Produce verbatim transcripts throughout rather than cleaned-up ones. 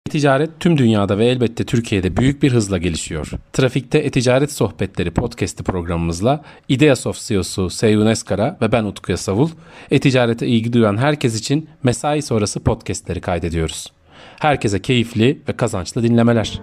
E-ticaret tüm dünyada ve elbette Türkiye'de büyük bir hızla gelişiyor. Trafikte E-Ticaret Sohbetleri podcast'i programımızla Ideasoft C E O'su Seyhun Eskara ve ben Utku Yasavul, e-ticarete ilgi duyan herkes için mesai sonrası podcast'leri kaydediyoruz. Herkese keyifli ve kazançlı dinlemeler.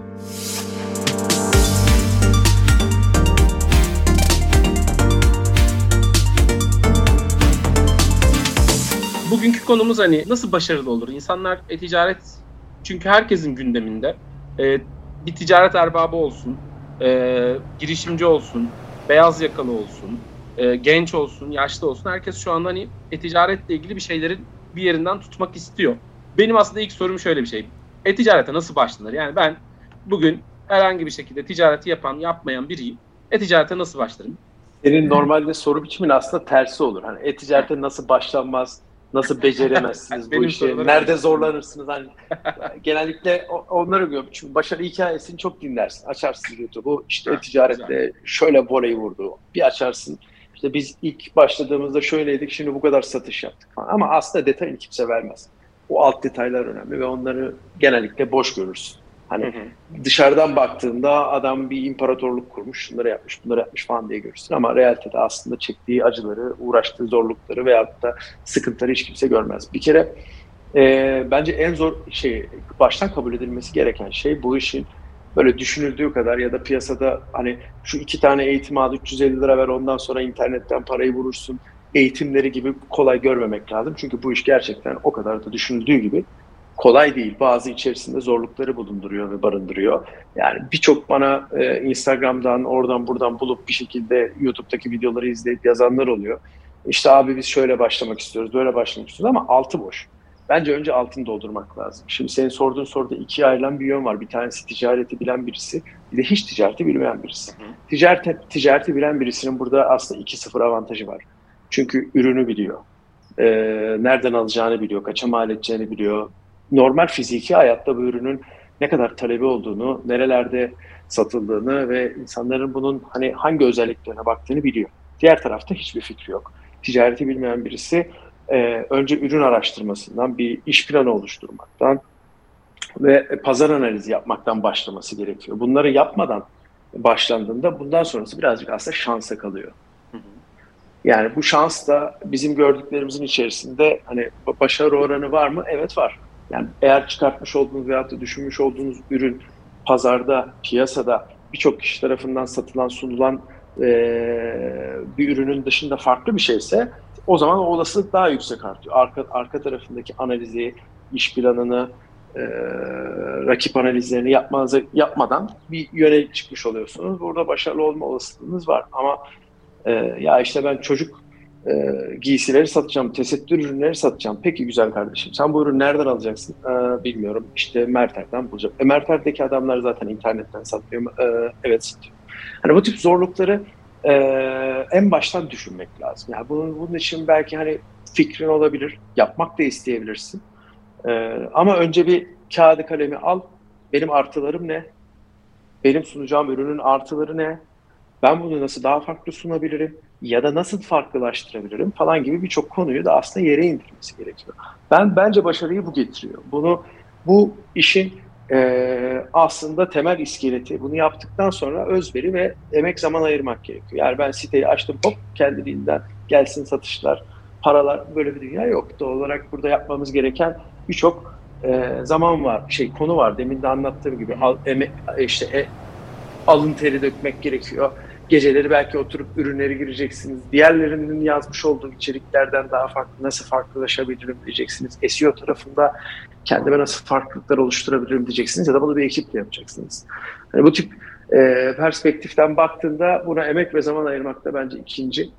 Bugünkü konumuz hani nasıl başarılı olur? İnsanlar e-ticaret çünkü herkesin gündeminde. Ee, bir ticaret erbabı olsun, e, girişimci olsun, beyaz yakalı olsun, e, genç olsun, yaşlı olsun. Herkes şu anda hani e-ticaretle ilgili bir şeylerin bir yerinden tutmak istiyor. Benim aslında ilk sorum şöyle bir şey. E-ticarete nasıl başlanır? Yani ben bugün herhangi bir şekilde ticareti yapan, yapmayan biriyim. E-ticarete nasıl başlarım? Senin normalde soru biçimin aslında tersi olur. Hani e-ticarete nasıl başlanmaz? Nasıl beceremezsiniz bu işi? Nerede zorlanırsınız? Hani genellikle onları görüyorum. Çünkü başarı hikayesini çok dinlersin. Açarsın YouTube'u. İşte e-ticarette şöyle voleyi vurdu. Bir açarsın. İşte biz ilk başladığımızda şöyleydik. Şimdi bu kadar satış yaptık falan. Ama aslında detayını kimse vermez. O alt detaylar önemli ve onları genellikle boş görürsün. Hani hı hı. Dışarıdan baktığında adam bir imparatorluk kurmuş, şunları yapmış, bunları yapmış falan diye görürsün. Ama realitede aslında çektiği acıları, uğraştığı zorlukları veyahut da sıkıntıları hiç kimse görmez. Bir kere e, bence en zor şey, baştan kabul edilmesi gereken şey bu işin böyle düşünüldüğü kadar ya da piyasada hani şu iki tane eğitim al, üç yüz elli lira ver ondan sonra internetten parayı vurursun eğitimleri gibi kolay görmemek lazım. Çünkü bu iş gerçekten o kadar da düşünüldüğü gibi kolay değil. Bazı içerisinde zorlukları bulunduruyor ve barındırıyor. Yani birçok bana e, Instagram'dan, oradan buradan bulup bir şekilde YouTube'daki videoları izleyip yazanlar oluyor. İşte abi biz şöyle başlamak istiyoruz, böyle başlamak istiyoruz ama altı boş. Bence önce altını doldurmak lazım. Şimdi senin sorduğun soruda ikiye ayrılan bir yön var. Bir tanesi ticareti bilen birisi, bir de hiç ticareti bilmeyen birisi. Hı hı. Ticareti, ticareti bilen birisinin burada aslında iki sıfır avantajı var. Çünkü ürünü biliyor. E, nereden alacağını biliyor, kaça mal edeceğini biliyor. Normal fiziki hayatta bu ürünün ne kadar talebi olduğunu, nerelerde satıldığını ve insanların bunun hani hangi özelliklerine baktığını biliyor. Diğer tarafta hiçbir fikri yok. Ticareti bilmeyen birisi e, önce ürün araştırmasından, bir iş planı oluşturmaktan ve pazar analizi yapmaktan başlaması gerekiyor. Bunları yapmadan başlandığında bundan sonrası birazcık aslında şansa kalıyor. Yani bu şans da bizim gördüklerimizin içerisinde hani başarı oranı var mı? Evet var. Yani eğer çıkartmış olduğunuz veyahut da düşünmüş olduğunuz ürün pazarda, piyasada birçok kişi tarafından satılan, sunulan e, bir ürünün dışında farklı bir şeyse o zaman o olasılık daha yüksek artıyor. Arka, arka tarafındaki analizi, iş planını, e, rakip analizlerini yapmanızı, yapmadan bir yöne çıkmış oluyorsunuz. Burada başarılı olma olasılığınız var. Ama e, ya işte ben çocuk E, giysileri satacağım, tesettür ürünleri satacağım. Peki güzel kardeşim. Sen bu ürünü nereden alacaksın? E, bilmiyorum. İşte Merter'den bulacağım. E, Merter'deki adamlar zaten internetten satmıyor mu? E, evet satıyor. Hani bu tip zorlukları e, en baştan düşünmek lazım. Yani bunun, bunun için belki hani fikrin olabilir. Yapmak da isteyebilirsin. E, ama önce bir kağıdı kalemi al. Benim artılarım ne? Benim sunacağım ürünün artıları ne? Ben bunu nasıl daha farklı sunabilirim ya da nasıl farklılaştırabilirim falan gibi birçok konuyu da aslında yere indirmesi gerekiyor. Ben bence başarıyı bu getiriyor. Bunu bu işin e, aslında temel iskeleti. Bunu yaptıktan sonra özveri ve emek zaman ayırmak gerekiyor. Yani ben siteyi açtım hop kendiliğinden gelsin satışlar, paralar böyle bir dünya yok. Doğal olarak burada yapmamız gereken birçok e, zaman var, şey konu var. Demin de anlattığım gibi al, eme, işte e, alın teri dökmek gerekiyor. Geceleri belki oturup ürünleri gireceksiniz. Diğerlerinin yazmış olduğu içeriklerden daha farklı nasıl farklılaşabilirim diyeceksiniz. S E O tarafında kendime nasıl farklılıklar oluşturabilirim diyeceksiniz ya da bunu bir ekiple yapacaksınız. Yani bu tip e, perspektiften baktığında buna emek ve zaman ayırmak da bence ikinci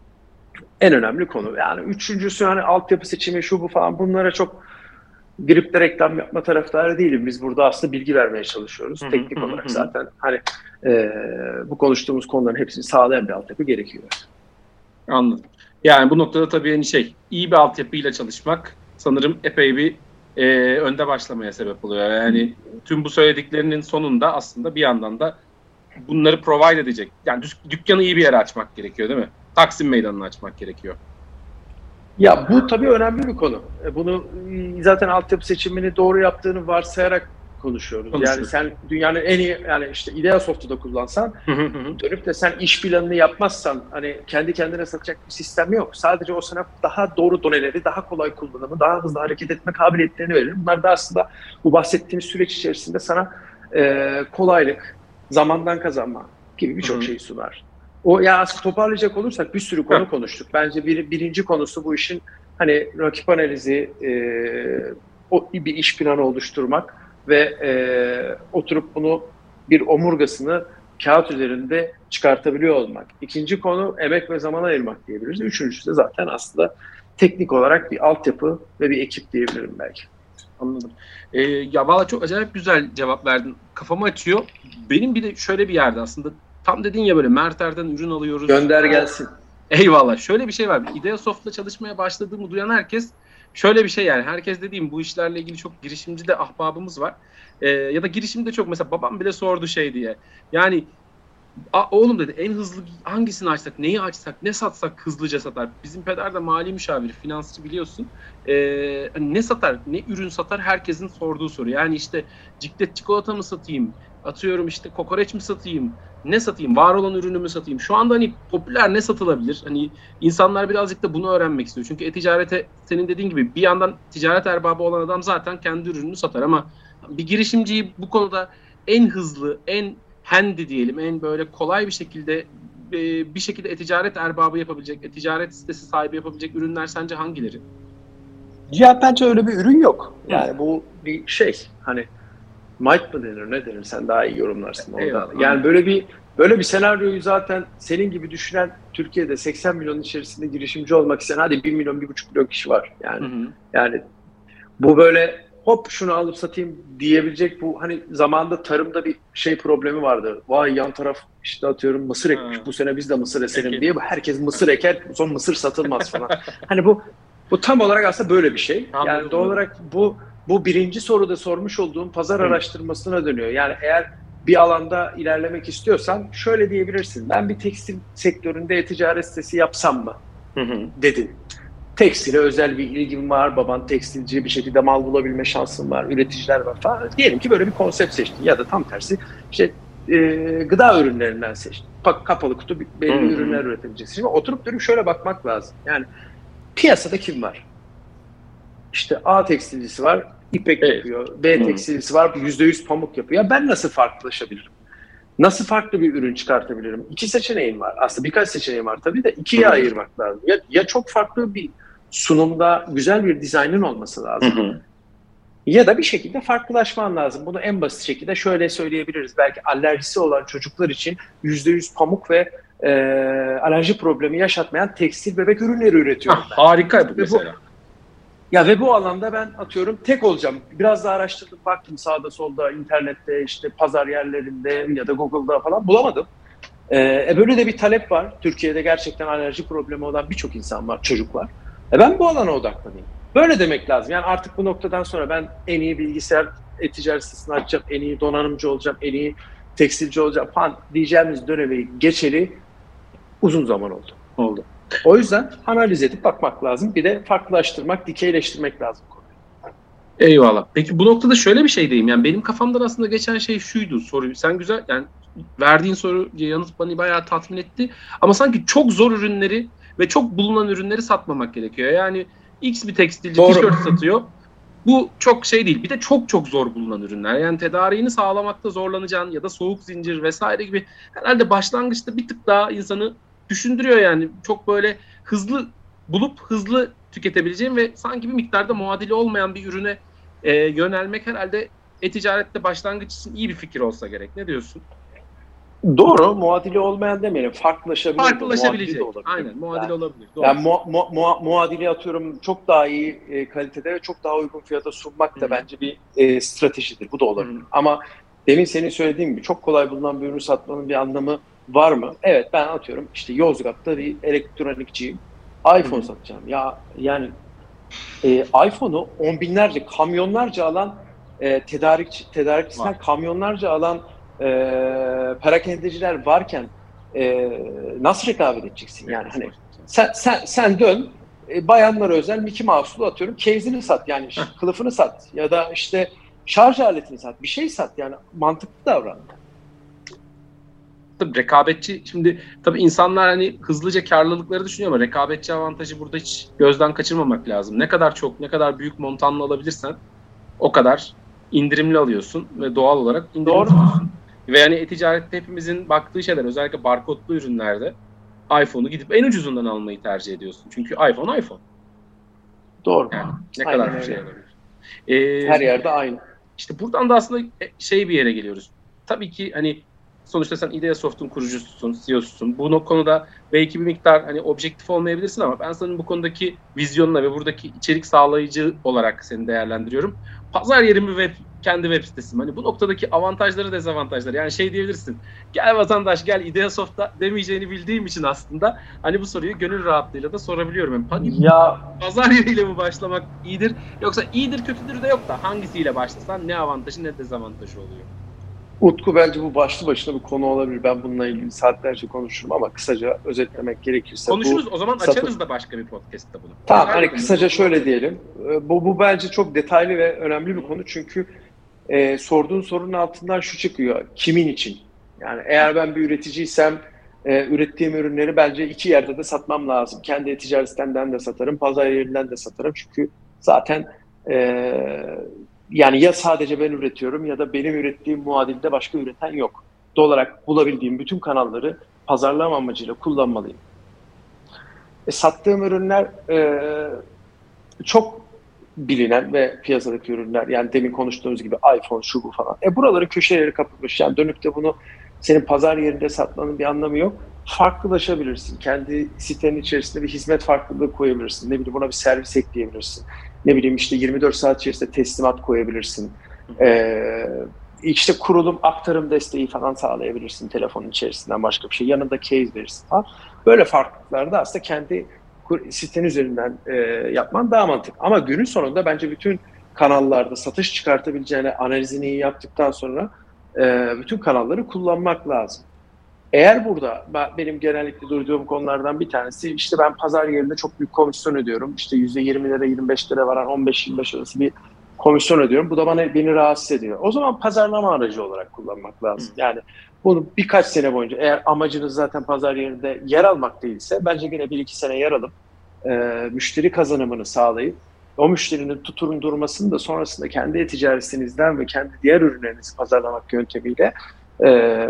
en önemli konu. Yani üçüncüsü hani altyapı seçimi şu bu falan bunlara çok girip de reklam yapma taraftarı değilim. Biz burada aslında bilgi vermeye çalışıyoruz. Hı-hı, Teknik hı-hı. olarak zaten hani e, bu konuştuğumuz konuların hepsini sağlayan bir altyapı gerekiyor. Anladım. Yani bu noktada tabii hani şey iyi bir altyapıyla çalışmak sanırım epey bir e, önde başlamaya sebep oluyor. Yani tüm bu söylediklerinin sonunda aslında bir yandan da bunları provide edecek. Yani dükkanı iyi bir yere açmak gerekiyor değil mi? Taksim Meydanı'nı açmak gerekiyor. Ya bu tabii önemli bir konu. Bunu zaten altyapı seçimini doğru yaptığını varsayarak konuşuyoruz. Yani sen dünyanın en iyi, yani işte Ideasoft'u da kullansan dönüp de sen iş planını yapmazsan hani kendi kendine satacak bir sistem yok. Sadece o sana daha doğru doneleri, daha kolay kullanımı, daha hızlı hareket etme kabiliyetlerini verir. Bunlar da aslında bu bahsettiğimiz süreç içerisinde sana e, kolaylık, zamandan kazanma gibi birçok şey sunar. O ya aslında toparlayacak olursak bir sürü konu konuştuk. Bence bir, birinci konusu bu işin hani rakip analizi, e, o bir iş planı oluşturmak ve e, oturup bunu bir omurgasını kağıt üzerinde çıkartabiliyor olmak. İkinci konu emek ve zaman ayırmak diyebiliriz. Üçüncüsü de zaten aslında teknik olarak bir altyapı ve bir ekip diyebilirim belki. Anladım. Ee, ya valla çok acayip güzel cevap verdin. Kafamı açıyor. Benim bir de şöyle bir yerde aslında tam dedin ya böyle Merter'den ürün alıyoruz. Gönder gelsin. Eyvallah. Şöyle bir şey var. Ideasoft'la çalışmaya başladığımı duyan herkes şöyle bir şey yani. Herkes dediğim bu işlerle ilgili çok girişimci de ahbabımız var. Ee, ya da girişimde çok mesela babam bile sordu şey diye. Yani oğlum dedi en hızlı hangisini açsak, neyi açsak, ne satsak hızlıca satar. Bizim peder de mali müşaviri, finansçı biliyorsun. Ee, ne satar, ne ürün satar herkesin sorduğu soru. Yani işte ciklet çikolata mı satayım, atıyorum işte kokoreç mi satayım, ne satayım, var olan ürünü mü satayım. Şu anda hani popüler ne satılabilir? Hani insanlar birazcık da bunu öğrenmek istiyor. Çünkü e-ticarete senin dediğin gibi bir yandan ticaret erbabı olan adam zaten kendi ürününü satar ama bir girişimciyi bu konuda en hızlı, en handy diyelim, en böyle kolay bir şekilde bir şekilde e-ticaret erbabı yapabilecek, e-ticaret sitesi sahibi yapabilecek ürünler sence hangileri? Ya bence öyle bir ürün yok. Yani Hı. bu bir şey hani Mike mı denir ne denir sen daha iyi yorumlarsın orada. Eyvallah. Yani böyle bir böyle bir senaryoyu zaten senin gibi düşünen Türkiye'de seksen milyon içerisinde girişimci olmak isteyen hadi bir milyon bir buçuk milyon kişi var. Yani hı hı. yani bu böyle hop şunu alıp satayım diyebilecek bu hani zamanında tarımda bir şey problemi vardı. Vay yan taraf işte atıyorum mısır ekmiş. Ha. Bu sene biz de mısır eselim Peki. diye herkes mısır eker son mısır satılmaz falan. Hani bu bu tam olarak aslında böyle bir şey. Anladım. Yani doğal olarak bu bu birinci soruda sormuş olduğum pazar Hı. araştırmasına dönüyor. Yani eğer bir alanda ilerlemek istiyorsan şöyle diyebilirsin. Ben bir tekstil sektöründe e-ticaret sitesi yapsam mı? Hı hı. Dedin. Tekstile özel bir ilgim var, baban tekstilci bir şekilde mal bulabilme şansın var, üreticiler var falan. Diyelim ki böyle bir konsept seçtin ya da tam tersi işte e, gıda ürünlerinden seçtin. Kapalı kutu belli hmm. ürünler üretebileceksin. Şimdi oturup dönüp şöyle bakmak lazım. Yani piyasada kim var? İşte A tekstilcisi var, ipek evet. yapıyor. B hmm. tekstilcisi var, yüzde yüz pamuk yapıyor. Ya ben nasıl farklılaşabilirim? Nasıl farklı bir ürün çıkartabilirim? İki seçeneğim var. Aslında birkaç seçeneğim var tabii de ikiye hmm. ayırmak lazım. Ya, ya çok farklı bir sunumda güzel bir dizaynın olması lazım. Hı hı. Ya da bir şekilde farklılaşman lazım. Bunu en basit şekilde şöyle söyleyebiliriz. Belki alerjisi olan çocuklar için yüzde yüz pamuk ve e, alerji problemi yaşatmayan tekstil bebek ürünleri üretiyorum ah, ben. Harika bu mesela. Bu, ya ve bu alanda ben atıyorum tek olacağım. Biraz daha araştırdım, baktım sağda solda, internette, işte pazar yerlerinde ya da Google'da falan bulamadım. E, böyle de bir talep var. Türkiye'de gerçekten alerji problemi olan birçok insan var, çocuk var. E ben bu alana odaklanayım. Böyle demek lazım. Yani artık bu noktadan sonra ben en iyi bilgisayar e-ticaret sitesini açacağım, en iyi donanımcı olacağım, en iyi tekstilci olacağım falan diyeceğimiz dönemi geçeli uzun zaman oldu. Oldu. O yüzden analiz edip bakmak lazım. Bir de farklılaştırmak, dikeyleştirmek lazım. Eyvallah. Peki bu noktada şöyle bir şey diyeyim. Yani benim kafamdan aslında geçen şey şuydu soruyu. Sen güzel yani verdiğin soru yanıt beni bayağı tatmin etti. Ama sanki çok zor ürünleri ve çok bulunan ürünleri satmamak gerekiyor. Yani X bir tekstilci tişört satıyor. Bu çok şey değil. Bir de çok çok zor bulunan ürünler. Yani tedariğini sağlamakta zorlanacağın ya da soğuk zincir vesaire gibi herhalde başlangıçta bir tık daha insanı düşündürüyor yani. Çok böyle hızlı bulup hızlı tüketebileceğim ve sanki bir miktarda muadili olmayan bir ürüne e, yönelmek herhalde e-ticarette başlangıç için iyi bir fikir olsa gerek. Ne diyorsun? Doğru, muadili olmayan demeyelim. Farklılaşabilir. Farklılaşabilecek. Aynen, muadili yani, olabilir. Doğru. Yani mu, mu, mu, muadili atıyorum çok daha iyi e, kalitede ve çok daha uygun fiyata sunmak da Hı-hı. bence bir e, stratejidir. Bu da olabilir. Hı-hı. Ama demin senin söylediğin gibi çok kolay bulunan bir ürünü satmanın bir anlamı var mı? Evet, ben atıyorum işte Yozgat'ta bir elektronikçiyim. iPhone Hı-hı. satacağım. Ya yani e, iPhone'u on binlerce, kamyonlarca alan e, tedarik tedarikçisinden kamyonlarca alan E, perakendeciler varken e, nasıl rekabet edeceksin yani hani sen sen sen dön e, bayanlara özel Mickey Mouse'lu atıyorum case'ini sat yani kılıfını sat ya da işte şarj aletini sat, bir şey sat yani mantıklı davran. Tabii rekabetçi, şimdi tabii insanlar hani hızlıca karlılıkları düşünüyor ama rekabetçi avantajı burada hiç gözden kaçırmamak lazım. Ne kadar çok, ne kadar büyük montanlı alabilirsen o kadar indirimli alıyorsun ve doğal olarak indirimli Doğru. alıyorsun. Ve yani e-ticarette hepimizin baktığı şeyler, özellikle barkodlu ürünlerde iPhone'u gidip en ucuzundan almayı tercih ediyorsun. Çünkü iPhone iPhone. Doğru. Yani ne Aynen kadar bir şey öyle. olabilir. Ee, Her yerde aynı. İşte buradan da aslında şey bir yere geliyoruz. Tabii ki hani sonuçta sen Ideasoft'un kurucususun, C E O'susun. Bu konuda belki bir miktar hani objektif olmayabilirsin ama ben senin bu konudaki vizyonuna ve buradaki içerik sağlayıcı olarak seni değerlendiriyorum. Pazar yerim bir web, kendi web sitem. Hani bu noktadaki avantajları, dezavantajları. Yani şey diyebilirsin. Gel vatandaş gel Ideasoft'ta demeyeceğini bildiğim için aslında hani bu soruyu gönül rahatlığıyla da sorabiliyorum. Yani Ya pazar yeriyle mi başlamak iyidir? Yoksa iyidir kötüdür de yok da hangisiyle başlasan ne avantajı ne dezavantajı oluyor? Utku, bence bu başlı başına bir konu olabilir. Ben bununla ilgili saatlerce konuşurum ama kısaca özetlemek gerekirse. Konuşuruz bu o zaman satın... açarız da başka bir podcast'ta bunu. Tamam, hani kısaca şöyle diyelim. Bu, bu bence çok detaylı ve önemli bir konu çünkü e, sorduğun sorunun altından şu çıkıyor. Kimin için? Yani eğer ben bir üreticiysem e, ürettiğim ürünleri bence iki yerde de satmam lazım. Kendi e-ticaret sitemden de satarım, pazar yerinden de satarım. Çünkü zaten e, yani ya sadece ben üretiyorum ya da benim ürettiğim muadilde başka üreten yok. Doğal olarak bulabildiğim bütün kanalları pazarlama amacıyla kullanmalıyım. E, sattığım ürünler e, çok bilinen ve piyasadaki ürünler, yani demin konuştuğumuz gibi iPhone, şu bu falan. E buraları köşeleri kapatmış. Yani dönüp de bunu senin pazar yerinde satmanın bir anlamı yok. Farklılaşabilirsin. Kendi sitenin içerisinde bir hizmet farklılığı koyabilirsin. Ne bileyim, buna bir servis ekleyebilirsin. Ne bileyim işte yirmi dört saat içerisinde teslimat koyabilirsin. Ee, işte kurulum, aktarım desteği falan sağlayabilirsin telefonun içerisinden, başka bir şey. Yanında case verirsin falan. Böyle farklılıkları da aslında kendi sitenin üzerinden e, yapman daha mantıklı. Ama günün sonunda bence bütün kanallarda satış çıkartabileceğine analizini iyi yaptıktan sonra e, bütün kanalları kullanmak lazım. Eğer burada ben, benim genellikle duyduğum konulardan bir tanesi, işte ben pazar yerinde çok büyük komisyon ödüyorum. İşte yüzde yirmilere yirmi beşlere varan on beş yirmi beş arası bir komisyon ödüyorum. Bu da bana beni rahatsız ediyor. O zaman pazarlama aracı olarak kullanmak lazım. Yani bunu birkaç sene boyunca, eğer amacınız zaten pazar yerinde yer almak değilse, bence yine bir iki sene yer alıp e, müşteri kazanımını sağlayıp o müşterinin tuturun durmasını da sonrasında kendi e-ticaretinizden ve kendi diğer ürünlerinizi pazarlamak yöntemiyle e,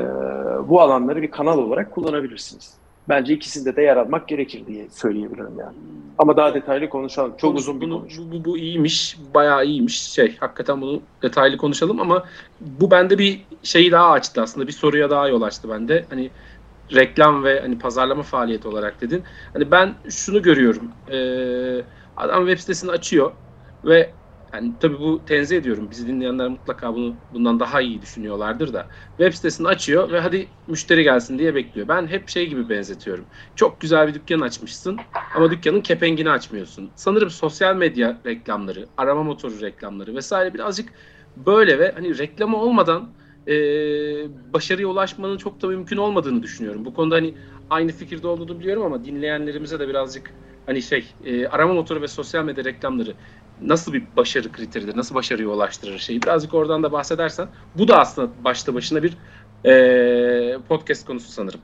bu alanları bir kanal olarak kullanabilirsiniz. Bence ikisinde de yer almak gerekir diye söyleyebilirim yani. Ama daha detaylı konuşalım. Çok Konuş, uzun bir bunu, konuş. Bu, bu, bu iyiymiş, bayağı iyiymiş. Şey, hakikaten bunu detaylı konuşalım ama bu bende bir şeyi daha açtı aslında. Bir soruya daha yol açtı bende. Hani reklam ve hani pazarlama faaliyeti olarak dedin. Hani ben şunu görüyorum. Ee, adam web sitesini açıyor ve yani tabii bu tenzih ediyorum. Bizi dinleyenler mutlaka bunu bundan daha iyi düşünüyorlardır da. Web sitesini açıyor ve hadi müşteri gelsin diye bekliyor. Ben hep şey gibi benzetiyorum. Çok güzel bir dükkan açmışsın ama dükkanın kepengini açmıyorsun. Sanırım sosyal medya reklamları, arama motoru reklamları vesaire birazcık böyle ve hani reklamı olmadan e, başarıya ulaşmanın çok da mümkün olmadığını düşünüyorum. Bu konuda hani aynı fikirde olduğunu biliyorum ama dinleyenlerimize de birazcık hani şey e, arama motoru ve sosyal medya reklamları nasıl bir başarı kriteridir, nasıl başarıya ulaştırır şeyi birazcık oradan da bahsedersen. Bu da aslında başta başına bir e, podcast konusu sanırım.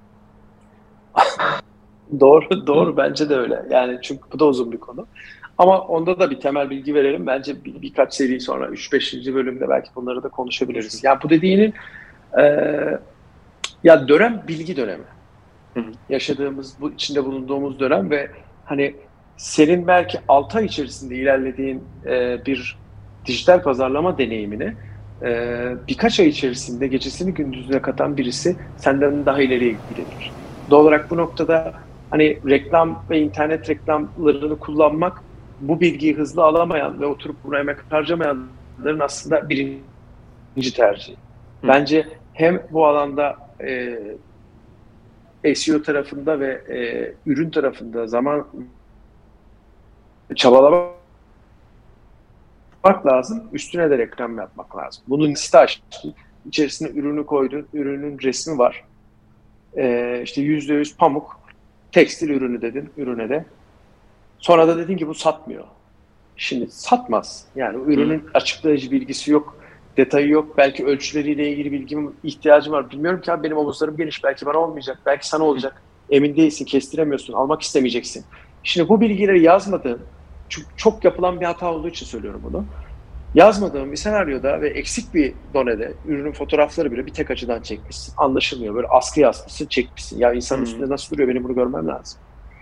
Doğru, doğru. Bence de öyle. Yani çünkü bu da uzun bir konu. Ama onda da bir temel bilgi verelim. Bence bir, birkaç seri sonra üç beşinci bölümde belki bunları da konuşabiliriz. Yani bu dediğinin e, ya dönem bilgi dönemi. Hı hı. Yaşadığımız, bu içinde bulunduğumuz dönem ve hani senin belki altı ay içerisinde ilerlediğin e, bir dijital pazarlama deneyimini e, birkaç ay içerisinde gecesini gündüzüne katan birisi senden daha ileriye gidebilir. Doğal olarak bu noktada hani reklam ve internet reklamlarını kullanmak, bu bilgiyi hızlı alamayan ve oturup buna emek harcamayanların aslında birinci tercihi. Hı. Bence hem bu alanda e, S E O tarafında ve e, ürün tarafında zaman çabalamak lazım. Üstüne de reklam yapmak lazım. Bunun site açtın, içerisine ürünü koydun, ürünün resmi var. E, işte yüzde yüz pamuk, tekstil ürünü dedin ürüne de. Sonra da dedin ki bu satmıyor. Şimdi satmaz. Yani ürünün Hı. açıklayıcı bilgisi yok, detayı yok. Belki ölçüleriyle ilgili bilgim ihtiyacım var. Bilmiyorum ki abi, benim omuzlarım geniş. Belki bana olmayacak. Belki sana olacak. Emin değilsin, kestiremiyorsun, almak istemeyeceksin. Şimdi bu bilgileri yazmadığın, çok, çok yapılan bir hata olduğu için söylüyorum bunu. Yazmadığım bir senaryoda ve eksik bir donede ürünün fotoğrafları bile bir tek açıdan çekmişsin. Anlaşılmıyor. Böyle askı yazmışsın, çekmişsin. Ya insanın hmm. üstünde nasıl duruyor, benim bunu görmem lazım.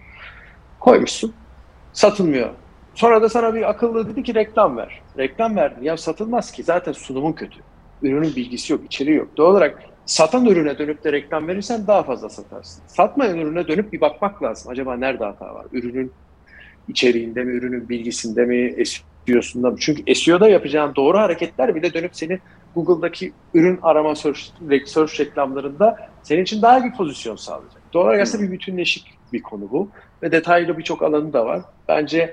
Koymuşsun. Satılmıyor. Sonra da sana bir akıllı dedi ki reklam ver. Reklam verdin. Ya satılmaz ki. Zaten sunumun kötü. Ürünün bilgisi yok, içeriği yok. Doğal olarak satan ürüne dönüp de reklam verirsen daha fazla satarsın. Satmayan ürüne dönüp bir bakmak lazım. Acaba nerede hata var? Ürünün içeriğinde mi, ürünün bilgisinde mi, S E O'sunda mı? Çünkü S E O'da yapacağın doğru hareketler bile dönüp seni Google'daki ürün arama search, search reklamlarında senin için daha iyi bir pozisyon sağlayacak. Doğal olarak aslında bir bütünleşik bir konu bu. Ve detaylı birçok alanı da var. Bence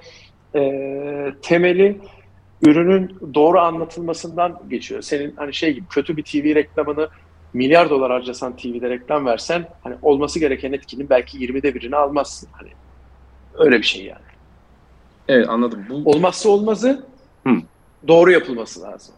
e, temeli ürünün doğru anlatılmasından geçiyor. Senin hani şey gibi kötü bir T V reklamını milyar dolar harcasan T V'de reklam versen hani olması gereken etkinin belki yirmide birini almazsın. Hani öyle bir şey yani. Evet, anladım. Bu... Olmazsa olmazı Hı. doğru yapılması lazım.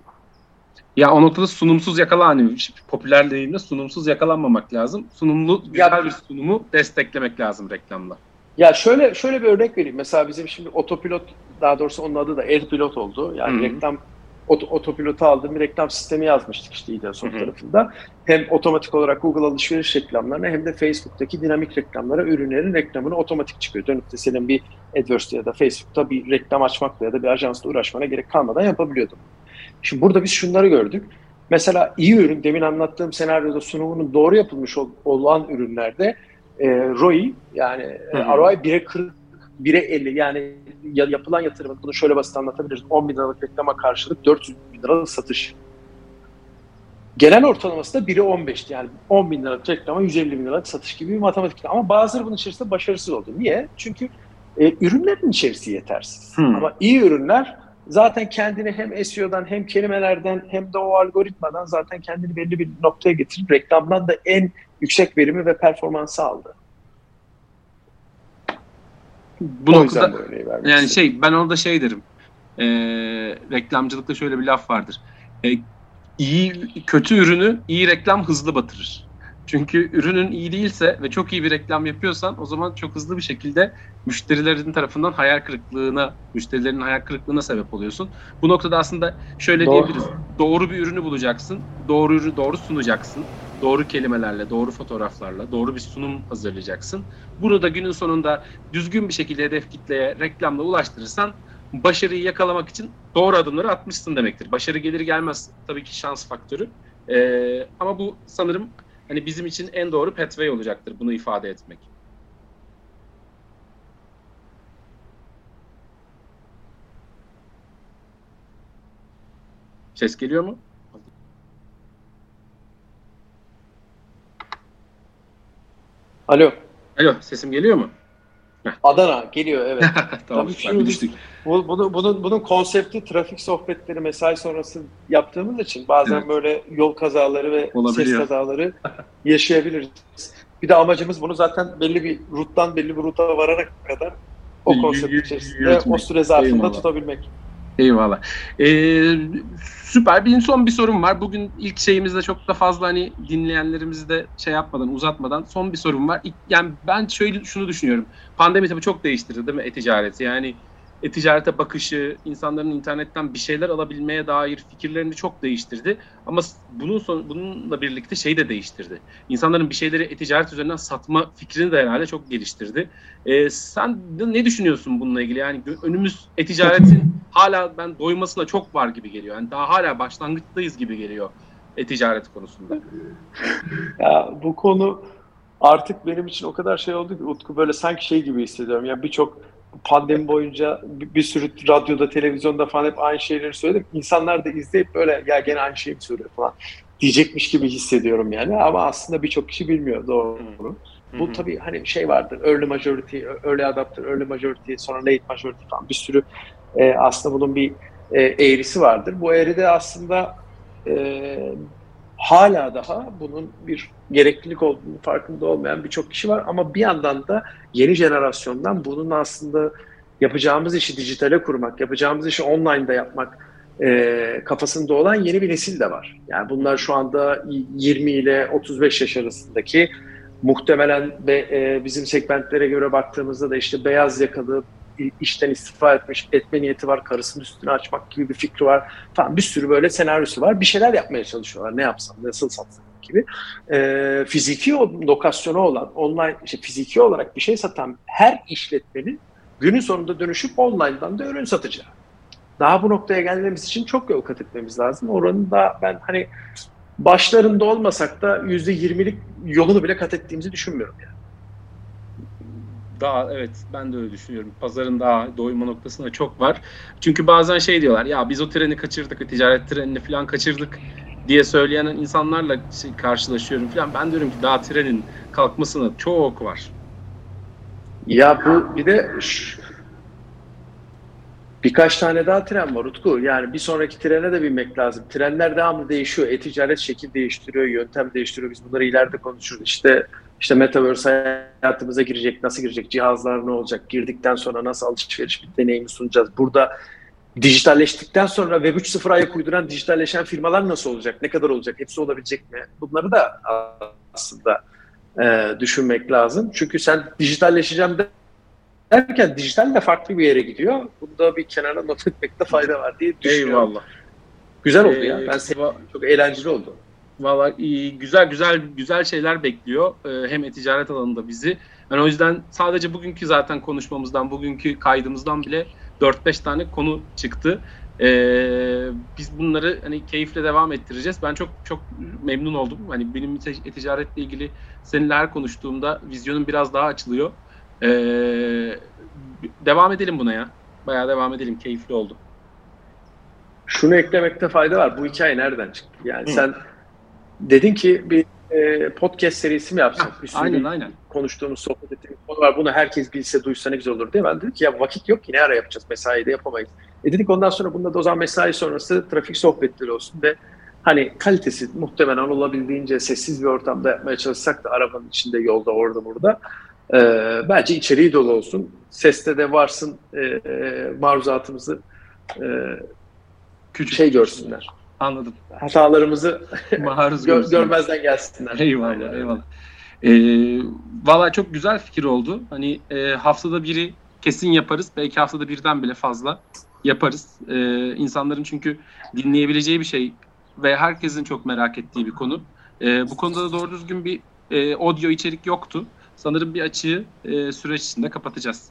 Ya o noktada sunumsuz yakala, hani popüler deyimle sunumsuz yakalanmamak lazım. Sunumlu güzel ya, bir sunumu desteklemek lazım reklamla. Ya şöyle şöyle bir örnek vereyim. Mesela bizim şimdi otopilot, daha doğrusu onun adı da AirPilot oldu. Yani Hı-hı. reklam ot, otopilotu aldığım bir reklam sistemi yazmıştık işte Ideasoft tarafında. Hem otomatik olarak Google alışveriş reklamlarına hem de Facebook'taki dinamik reklamlara ürünlerin reklamını otomatik çıkıyor. Dönüp de senin bir AdWords'ta ya da Facebook'ta bir reklam açmakla ya da bir ajansla uğraşmana gerek kalmadan yapabiliyordum. Şimdi burada biz şunları gördük. Mesela iyi ürün, demin anlattığım senaryoda sunumunun doğru yapılmış ol, olan ürünlerde e, R O I yani e, R O I bire kırk, bire elli yani yapılan yatırımın, bunu şöyle basit anlatabiliriz. on bin liralık reklama karşılık dört yüz bin liralık satış. Genel ortalaması da bire on beşti. Yani on bin liralık reklama yüz elli bin liralık satış gibi bir matematik. Ama bazıları bunun içerisinde başarısız oldu. Niye? Çünkü e, ürünlerin içerisi yetersiz. Hmm. Ama iyi ürünler zaten kendini hem S E O'dan hem kelimelerden hem de o algoritmadan zaten kendini belli bir noktaya getirip reklamdan da en yüksek verimi ve performansı aldı. Bu o noktada bu yani şey, ben orada şey derim. E, reklamcılıkta şöyle bir laf vardır. E, iyi kötü ürünü iyi reklam hızlı batırır. Çünkü ürünün iyi değilse ve çok iyi bir reklam yapıyorsan o zaman çok hızlı bir şekilde müşterilerin tarafından hayal kırıklığına, müşterilerin hayal kırıklığına sebep oluyorsun. Bu noktada aslında şöyle doğru. diyebiliriz. Doğru bir ürünü bulacaksın, doğru ürünü doğru sunacaksın, doğru kelimelerle, doğru fotoğraflarla, doğru bir sunum hazırlayacaksın. Bunu da günün sonunda düzgün bir şekilde hedef kitleye reklamla ulaştırırsan başarıyı yakalamak için doğru adımları atmışsın demektir. Başarı gelir gelmez tabii ki şans faktörü. Ee, ama bu sanırım hani bizim için en doğru pathway olacaktır bunu ifade etmek. Ses geliyor mu? Alo. Alo, sesim geliyor mu? Adana geliyor, evet. Tamam, tabii şunu düştük. Bu, bunu, bunun, bunun konsepti trafik sohbetleri mesai sonrası yaptığımız için bazen evet. böyle yol kazaları ve olabiliyor. Ses kazaları yaşayabiliriz. Bir de amacımız bunu zaten belli bir ruttan belli bir ruta varana kadar o konsept içerisinde yürütmek. O süre zarfında Eyvallah. tutabilmek. Eyvallah. Ee, süper. Bir son bir sorum var. Bugün ilk şeyimizde çok da fazla hani dinleyenlerimizi de şey yapmadan, uzatmadan son bir sorum var. Yani ben şöyle şunu düşünüyorum. Pandemi tabii çok değiştirdi değil mi e-ticareti? Yani e-ticarete bakışı, insanların internetten bir şeyler alabilmeye dair fikirlerini çok değiştirdi. Ama bunun son, bununla birlikte şey de değiştirdi. İnsanların bir şeyleri e-ticaret üzerinden satma fikrini de herhalde çok geliştirdi. Ee, sen ne düşünüyorsun bununla ilgili? Yani önümüz e-ticaretin hala ben doymasına çok var gibi geliyor. Yani daha hala başlangıçtayız gibi geliyor e-ticaret konusunda. Ya bu konu artık benim için o kadar şey oldu ki Utku, böyle sanki şey gibi hissediyorum. Ya birçok pandemi boyunca bir, bir sürü radyoda, televizyonda falan hep aynı şeyleri söyledim. İnsanlar da izleyip böyle ya gene aynı şeyi mi söylüyor falan diyecekmiş gibi hissediyorum yani. Ama aslında birçok kişi bilmiyor, doğru. Hı-hı. Bu tabii hani şey vardır, early majority, early adopter, early majority, sonra late majority falan bir sürü e, aslında bunun bir e, eğrisi vardır. Bu eğride aslında e, hala daha bunun bir gereklilik olduğunu farkında olmayan birçok kişi var ama bir yandan da yeni jenerasyondan bunun aslında yapacağımız işi dijitale kurmak, yapacağımız işi online'da yapmak e, kafasında olan yeni bir nesil de var. Yani bunlar şu anda yirmi ile otuz beş yaş arasındaki, muhtemelen ve e, bizim segmentlere göre baktığımızda da işte beyaz yakalı, işten istifa etmiş, etme niyeti var, karısının üstünü açmak gibi bir fikri var falan, bir sürü böyle senaryosu var. Bir şeyler yapmaya çalışıyorlar. Ne yapsam, nasıl satsam gibi. E, fiziki lokasyonu olan, online, işte fiziki olarak bir şey satan her işletmenin günün sonunda dönüşüp online'dan da ürün satacağı. Daha bu noktaya gelmemiz için çok yol kat etmemiz lazım. Oranın da ben hani başlarında olmasak da yüzde yirmilik yolunu bile kat ettiğimizi düşünmüyorum yani. Daha evet, ben de öyle düşünüyorum. Pazarın daha doyma noktasında çok var. Çünkü bazen şey diyorlar, ya biz o treni kaçırdık, ticaret trenini falan kaçırdık diye söyleyen insanlarla şey, karşılaşıyorum falan. Ben diyorum ki daha trenin kalkmasına çok var. Ya bu bir de şu, birkaç tane daha tren var Utku. Yani bir sonraki trene de binmek lazım. Trenler devamlı değişiyor. E-ticaret şekil değiştiriyor, yöntem değiştiriyor. Biz bunları ileride konuşuruz. İşte işte Metaverse hayatımıza girecek, nasıl girecek, cihazlar ne olacak, girdikten sonra nasıl alışveriş bir deneyimi sunacağız. Burada dijitalleştikten sonra Web üç nokta sıfır ayak uyduran dijitalleşen firmalar nasıl olacak, ne kadar olacak, hepsi olabilecek mi? Bunları da aslında e, düşünmek lazım. Çünkü sen dijitalleşeceğim de derken dijital de farklı bir yere gidiyor. Bunda bir kenara not etmekte fayda var diye düşünüyorum. Eyvallah. Güzel oldu Ee, ya. Ben sevdim. Çok eğlenceli oldu. Vallahi iyi, güzel güzel güzel şeyler bekliyor. Ee, hem e-ticaret alanında bizi. Ben o yüzden sadece bugünkü zaten konuşmamızdan, bugünkü kaydımızdan bile dört beş tane konu çıktı. Ee, biz bunları hani keyifle devam ettireceğiz. Ben çok çok memnun oldum. Hani benim e-ticaretle ilgili seninle her konuştuğumda vizyonum biraz daha açılıyor. Ee, devam edelim buna ya. Bayağı devam edelim. Keyifli oldu. Şunu eklemekte fayda var. Bu hikaye nereden çıktı? Yani Hı. sen dedin ki bir e, podcast serisi mi yapsak? Bir sürü Aynen aynen. konuştuğumuz, sohbet ettiğimiz konu var. Bunu herkes bilse, duysa ne güzel olur diye. Ben dedim ki ya vakit yok ki, ne ara yapacağız? Mesai de yapamayız. E dedik ondan sonra bunda da o zaman mesai sonrası trafik sohbetleri olsun ve hani kalitesi muhtemelen olabildiğince sessiz bir ortamda yapmaya çalışsak da arabanın içinde, yolda, orada, burada. E, bence içeriği dolu olsun. Seste de varsın, e, e, maruzatımızı e, küçük şey görsünler. Anladım. Hatalarımızı Maruz gör, görmezden gelsinler. Eyvallah, aynen, eyvallah. Ee, Valla çok güzel fikir oldu. Hani e, haftada biri kesin yaparız. Belki haftada birden bile fazla yaparız. Ee, insanların çünkü dinleyebileceği bir şey ve herkesin çok merak ettiği bir konu. Ee, bu konuda da doğru düzgün bir e, audio içerik yoktu. Sanırım bir açığı e, süreç içinde kapatacağız.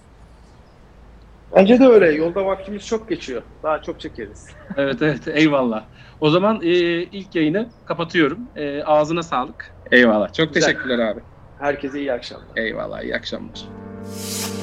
Bence de öyle. Yolda vaktimiz çok geçiyor. Daha çok çekeriz. Evet evet, eyvallah. O zaman e, ilk yayını kapatıyorum. E, ağzına sağlık. Eyvallah. Çok Güzel. Teşekkürler abi. Herkese iyi akşamlar. Eyvallah, iyi akşamlar.